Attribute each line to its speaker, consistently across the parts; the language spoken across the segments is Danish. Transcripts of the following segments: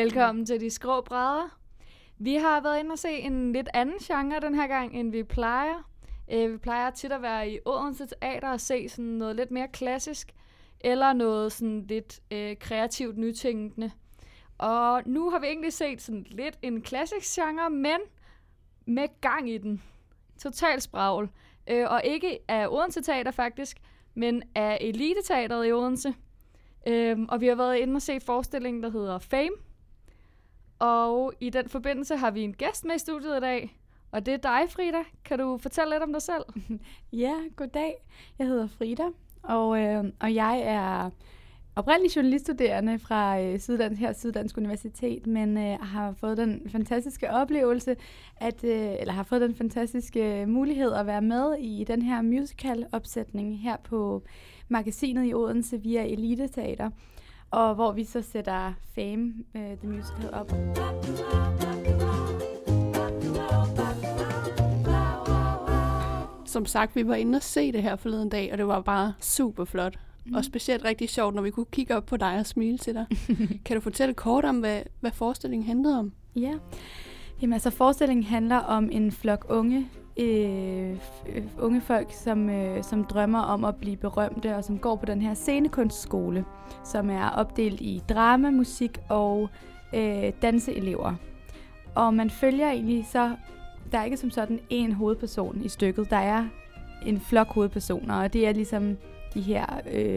Speaker 1: Velkommen til De Skrå Brædder. Vi har været inde og se en lidt anden genre den her gang, end vi plejer. Vi plejer tit at være i Odense Teater og se sådan noget lidt mere klassisk, eller noget sådan lidt kreativt nytænkende. Og nu har vi egentlig set sådan lidt en klassisk genre, men med gang i den. Total spragl. Og ikke af Odense Teater faktisk, men af Eliteteateret i Odense. Og vi har været inde og se forestillingen, der hedder Fame. Og i den forbindelse har vi en gæst med i studiet i dag. Og det er dig, Frida. Kan du fortælle lidt om dig selv?
Speaker 2: Ja, goddag. Jeg hedder Frida, og jeg er oprindelig journaliststuderende fra Syddansk Universitet, men har fået den fantastiske oplevelse, eller har fået den fantastiske mulighed at være med i den her musical-opsætning her på magasinet i Odense via Eliteteater, og hvor vi så sætter Fame, The Musical, op.
Speaker 3: Som sagt, vi var inde og se det her forleden dag, og det var bare super flot. Og specielt rigtig sjovt, når vi kunne kigge op på dig og smile til dig. Kan du fortælle kort om, hvad forestillingen handlede om?
Speaker 2: Ja, jamen altså forestillingen handler om en flok unge folk, som drømmer om at blive berømte, og som går på den her scenekunstskole, som er opdelt i drama, musik og danseelever. Og man følger egentlig så, der er ikke som sådan en hovedperson i stykket, der er en flok hovedpersoner, og det er ligesom de her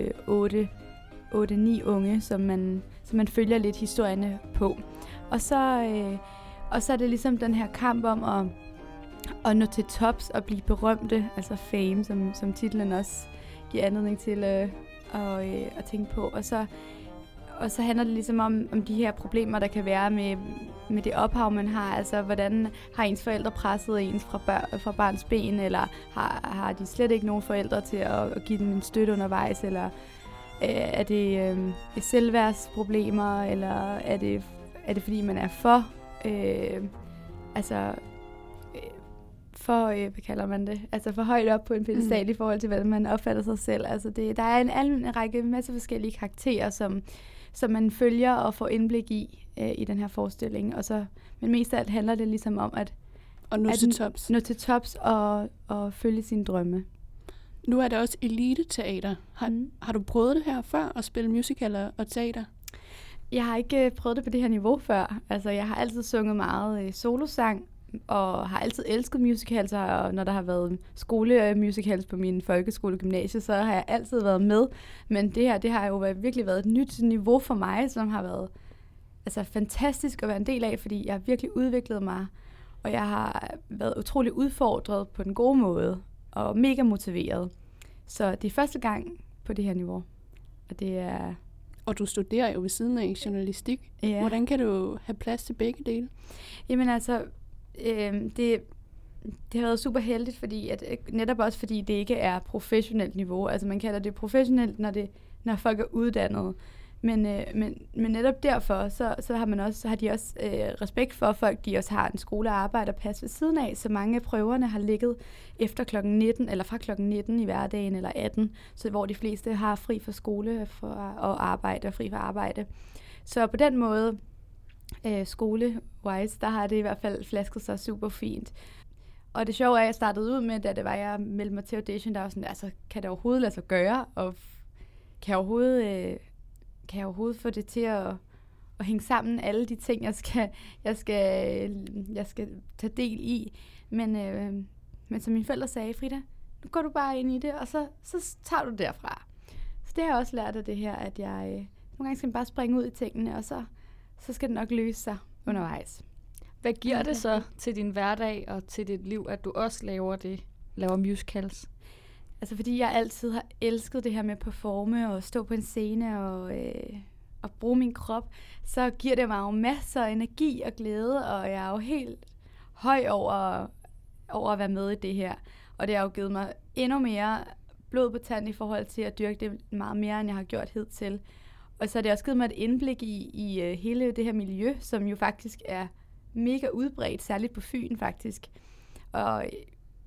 Speaker 2: 8-9 unge, som man følger lidt historierne på. Og så er det ligesom den her kamp om at nå til tops og blive berømte, altså fame, som titlen også giver anledning til at tænke på. Og så handler det ligesom om de her problemer, der kan være med det ophav, man har. Altså, hvordan har ens forældre presset ens fra barns ben, eller har de slet ikke nogen forældre til at give dem en støtte undervejs, eller er det selvværdsproblemer, eller er det fordi, man er hvad kalder man det? Altså for højt op på en pedestal i forhold til, hvordan man opfatter sig selv. Altså der er en masse forskellige karakterer, som man følger og får indblik i den her forestilling. Men mest af alt handler det ligesom om at nå til tops og følge sine drømme.
Speaker 3: Nu er det også Eliteteater. Har du prøvet det her før, at spille musical og teater?
Speaker 2: Jeg har ikke prøvet det på det her niveau før. Altså, jeg har altid sunget meget solosang, og har altid elsket musicals, og når der har været skolemusicals på min folkeskole og gymnasie, så har jeg altid været med. Men det har jo virkelig været et nyt niveau for mig, som har været fantastisk at være en del af, fordi jeg har virkelig udviklet mig, og jeg har været utrolig udfordret på den gode måde, og mega motiveret. Så det er første gang på det her niveau, og det er...
Speaker 3: Og du studerer jo ved siden af journalistik. Ja. Hvordan kan du have plads til begge dele?
Speaker 2: Jamen altså, det har været super heldigt, fordi netop også fordi det ikke er professionelt niveau. Altså man kalder det professionelt, når folk er uddannet. Men netop derfor, så har de også respekt for, at folk de også har en skole- og arbejde at passe ved siden af. Så mange af prøverne har ligget efter klokken 19, eller fra klokken 19 i hverdagen, eller 18, så hvor de fleste har fri fra skole og arbejde og fri fra arbejde. Så på den måde, skole-wise, der har det i hvert fald flasket sig super fint. Og det sjove er, at jeg startede ud med, da jeg meldte mig til audition, der var sådan, altså, kan det overhovedet lade sig gøre, og kan jeg overhovedet få det til at hænge sammen, alle de ting, jeg skal tage del i. Men som mine forældre sagde, Frida, nu går du bare ind i det, og så tager du derfra. Så det har jeg også lært af det her, at jeg nogle gange skal bare springe ud i tingene, og så skal det nok løse sig undervejs.
Speaker 1: Hvad giver det så til din hverdag og til dit liv, at du også laver musicals?
Speaker 2: Altså fordi jeg altid har elsket det her med at performe og stå på en scene og bruge min krop, så giver det mig jo masser af energi og glæde, og jeg er jo helt høj over at være med i det her. Og det har jo givet mig endnu mere blod på tanden i forhold til at dyrke det meget mere, end jeg har gjort hidtil. Og så har det også givet mig et indblik i hele det her miljø, som jo faktisk er mega udbredt, særligt på Fyn faktisk. Og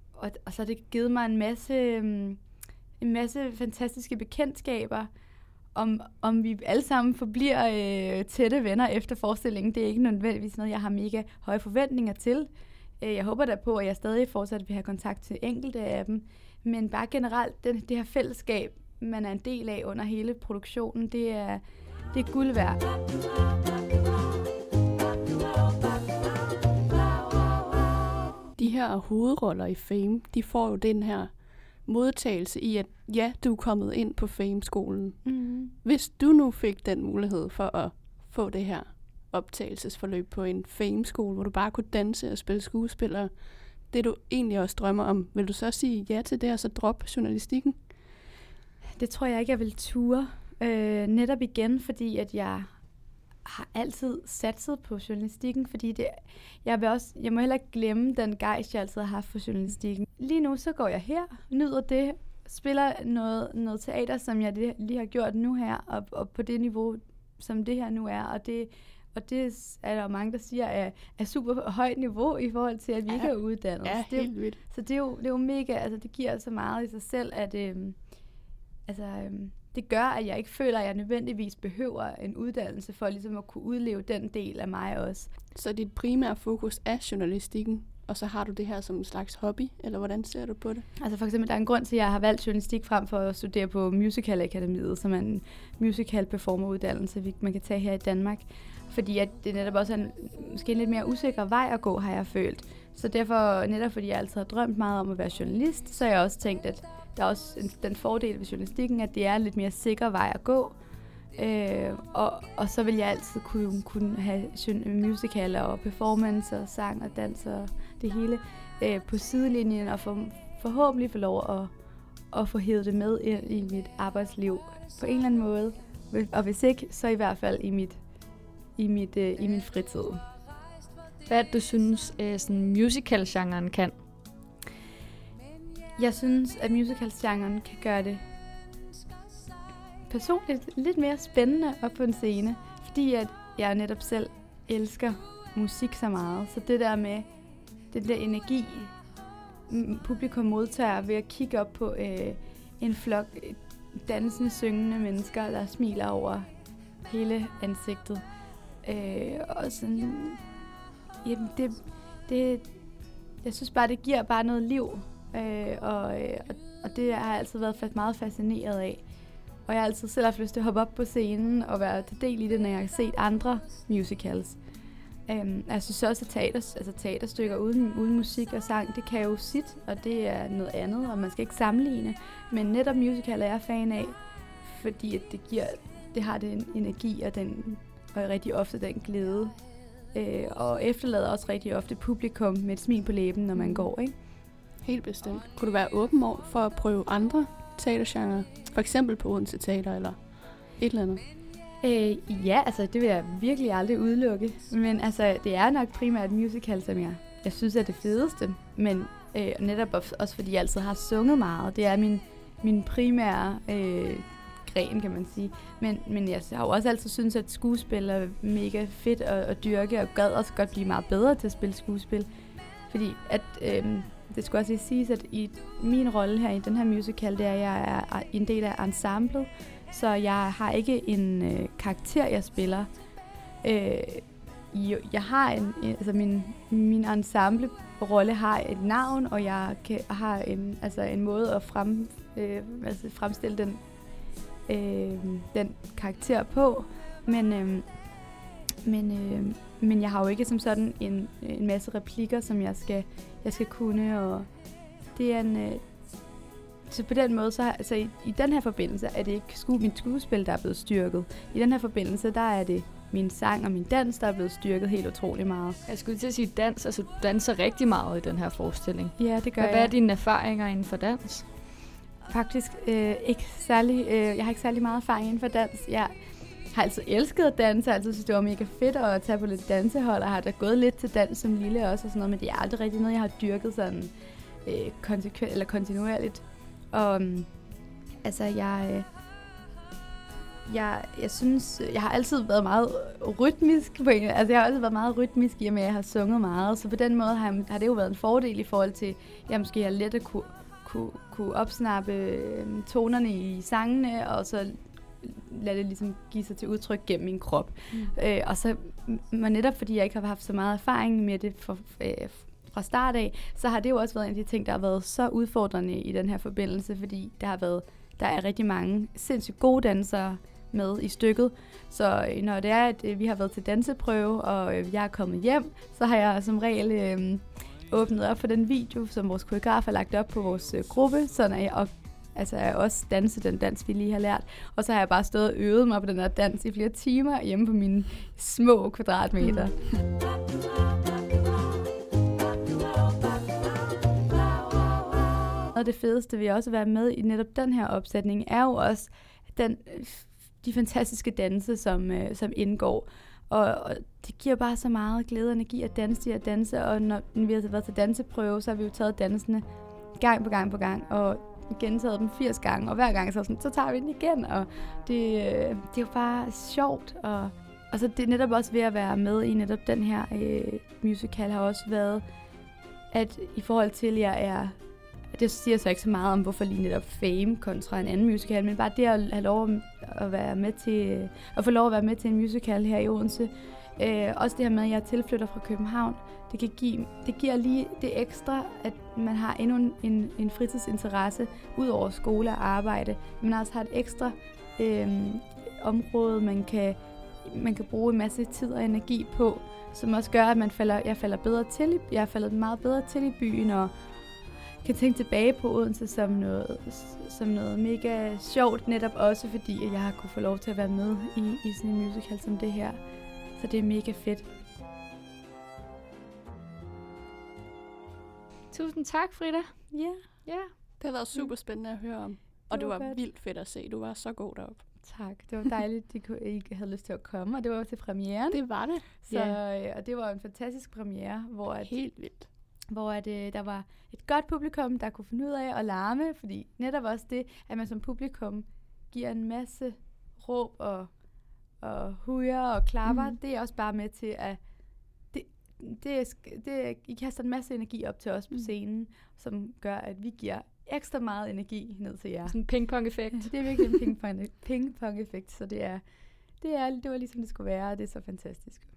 Speaker 2: så har det givet mig en masse fantastiske bekendtskaber, om vi alle sammen forbliver tætte venner efter forestillingen, det er ikke nødvendigvis noget, jeg har mega høje forventninger til. Jeg håber da på, at jeg stadig fortsat vil have kontakt til enkelte af dem. Men bare generelt, det her fællesskab, man er en del af under hele produktionen, det er guld værd.
Speaker 3: De her hovedroller i Fame, de får jo den her modtagelse i, at ja, du er kommet ind på Fame-skolen.
Speaker 2: Mm-hmm.
Speaker 3: Hvis du nu fik den mulighed for at få det her optagelsesforløb på en Fame-skole, hvor du bare kunne danse og spille skuespiller, det du egentlig også drømmer om, vil du så sige ja til det, og så droppe journalistikken?
Speaker 2: Det tror jeg ikke, jeg vil ture. Netop igen, fordi at jeg har altid satset på journalistikken, fordi jeg må heller ikke glemme den gejst, jeg altid har haft for journalistikken. Lige nu så går jeg her, nyder det, spiller noget teater, som jeg lige har gjort nu her, og på det niveau, som det her nu er, og det er der jo mange, der siger, er super højt niveau i forhold til, at vi ikke er uddannet.
Speaker 3: Ja, helt vildt.
Speaker 2: Så det er jo mega, altså det giver så meget i sig selv, at det gør, at jeg ikke føler, at jeg nødvendigvis behøver en uddannelse for ligesom at kunne udleve den del af mig også.
Speaker 3: Så dit primære fokus er journalistikken, og så har du det her som en slags hobby, eller hvordan ser du på det?
Speaker 2: Altså for eksempel, der er en grund til, at jeg har valgt journalistik frem for at studere på Musical Akademiet, som er en musical performeruddannelse, man kan tage her i Danmark. Fordi at det netop også er måske en lidt mere usikker vej at gå, har jeg følt. Så derfor, netop fordi jeg altid har drømt meget om at være journalist, så har jeg også tænkt, at der er også den fordel ved journalistikken, at det er en lidt mere sikker vej at gå. Og så vil jeg altid kunne have musicaler og performance og sang og dans og det hele på sidelinjen, og forhåbentlig få lov at få hævet det med ind i mit arbejdsliv på en eller anden måde. Og hvis ikke, så i hvert fald i min fritid.
Speaker 1: Hvad er det, du synes, sådan musical-genren kan?
Speaker 2: Jeg synes, at musical-genren kan gøre det personligt lidt mere spændende op på en scene, fordi at jeg netop selv elsker musik så meget. Så det der med den der energi, publikum modtager ved at kigge op på en flok dansende, syngende mennesker, der smiler over hele ansigtet. Og sådan, jamen jeg synes bare, det giver bare noget liv, og det har jeg altid været meget fascineret af. Og jeg har altid selv haft lyst til at hoppe op på scenen og være til del i det, når jeg har set andre musicals. Jeg synes også, at teaterstykker uden musik og sang, det kan jo sit, og det er noget andet, og man skal ikke sammenligne. Men netop musical er jeg fan af, fordi at det har den energi og rigtig ofte den glæde. Og efterlader også rigtig ofte publikum med et smil på læben, når man går, ikke?
Speaker 3: Helt bestemt. Kunne du være åben over for at prøve andre teatergenre? For eksempel på Odense Teater eller et eller andet?
Speaker 2: Ja, altså det vil jeg virkelig aldrig udelukke. Men altså, det er nok primært musical, som jeg synes er det fedeste. Men netop også fordi jeg altid har sunget meget. Det er min primære gren, kan man sige. Men jeg har jo også altid syntes, at skuespil er mega fedt at dyrke, og gad også godt blive meget bedre til at spille skuespil. Fordi at det skulle også siges, at i min rolle her i den her musical, det er, at jeg er en del af ensemblet, så jeg har ikke en karakter, jeg spiller. Jeg har altså min ensemble-rolle har et navn, og jeg har en måde at fremstille den karakter på, men jeg har jo ikke som sådan en masse replikker, som jeg skal kunne, og det er så på den måde, så i den her forbindelse er det ikke mit skuespil, der er blevet styrket. I den her forbindelse, der er det min sang og min dans, der er blevet styrket helt utrolig meget. Jeg skulle til at sige dans, altså du danser rigtig meget i den her forestilling.
Speaker 1: Ja, det gør jeg. Hvad er dine erfaringer inden for dans?
Speaker 2: Faktisk ikke særlig. Jeg har ikke særlig meget erfaring inden for dans. Jeg har altid elsket at danse, jeg har altid synes, det var mega fedt at tage på lidt dansehold, og har da gået lidt til dans som lille også, og sådan noget, men det er aldrig rigtig noget, jeg har dyrket sådan konsekvent eller kontinuerligt. Og altså, jeg synes, jeg har altid været meget rytmisk jeg har altid været meget rytmisk i og med, at jeg har sunget meget, så på den måde har det jo været en fordel i forhold til, at jeg måske har let at kunne opsnappe tonerne i sangene, og så lade det ligesom give sig til udtryk gennem min krop. Og så netop fordi jeg ikke har haft så meget erfaring med det fra start af, så har det jo også været en af de ting, der har været så udfordrende i den her forbindelse, fordi der er rigtig mange sindssygt gode dansere med i stykket. Så når det er, at vi har været til danseprøve, og jeg er kommet hjem, så har jeg som regel åbnet op for den video, som vores koreograf har lagt op på vores gruppe, så når jeg også danse den dans, vi lige har lært. Og så har jeg bare stået og øvet mig på den her dans i flere timer hjemme på mine små kvadratmeter. Og det fedeste ved også at være med i netop den her opsætning, er jo også de fantastiske danse, som indgår. Og det giver bare så meget glæde og energi at danse, og når vi har været til danseprøve, så har vi jo taget dansene gang på gang, og gentaget dem 80 gange, og hver gang så tager vi den igen, og det er jo bare sjovt, og så det er netop også ved at være med i netop den her musical, har også været, at i forhold til, det siger så ikke så meget om, hvorfor lige netop Fame kontra en anden musical, men bare det at have lov at være med til, at få lov at være med til en musical her i Odense. Også det her med, at jeg er tilflytter fra København. Det giver lige det ekstra, at man har endnu en fritidsinteresse, ud over skole og arbejde. Man også har et ekstra område, man kan bruge en masse tid og energi på, som også gør, at jeg falder bedre til. Jeg er faldet meget bedre til i byen, og kan tænke tilbage på Odense som noget mega sjovt, netop også fordi, at jeg har kunne få lov til at være med i sådan en musical som det her. Så det er mega fedt.
Speaker 1: Tusind tak, Frida.
Speaker 2: Ja.
Speaker 1: Ja.
Speaker 3: Det har været super spændende at høre om. Og det var vildt fedt at se. Du var så god deroppe.
Speaker 2: Tak. Det var dejligt, at I havde lyst til at komme. Og det var jo til premieren.
Speaker 3: Det var det.
Speaker 2: Og det var en fantastisk premiere.
Speaker 3: Helt vildt.
Speaker 2: Hvor der var et godt publikum, der kunne finde ud af at larme. Fordi netop også det, at man som publikum giver en masse råb og hujer og klapper, det er også bare med til at I kaster en masse energi op til os på scenen, som gør, at vi giver ekstra meget energi ned til jer.
Speaker 1: Sådan en ping-pong-effekt.
Speaker 2: Det er virkelig en ping-pong-effekt, så det var ligesom det skulle være, og det er så fantastisk.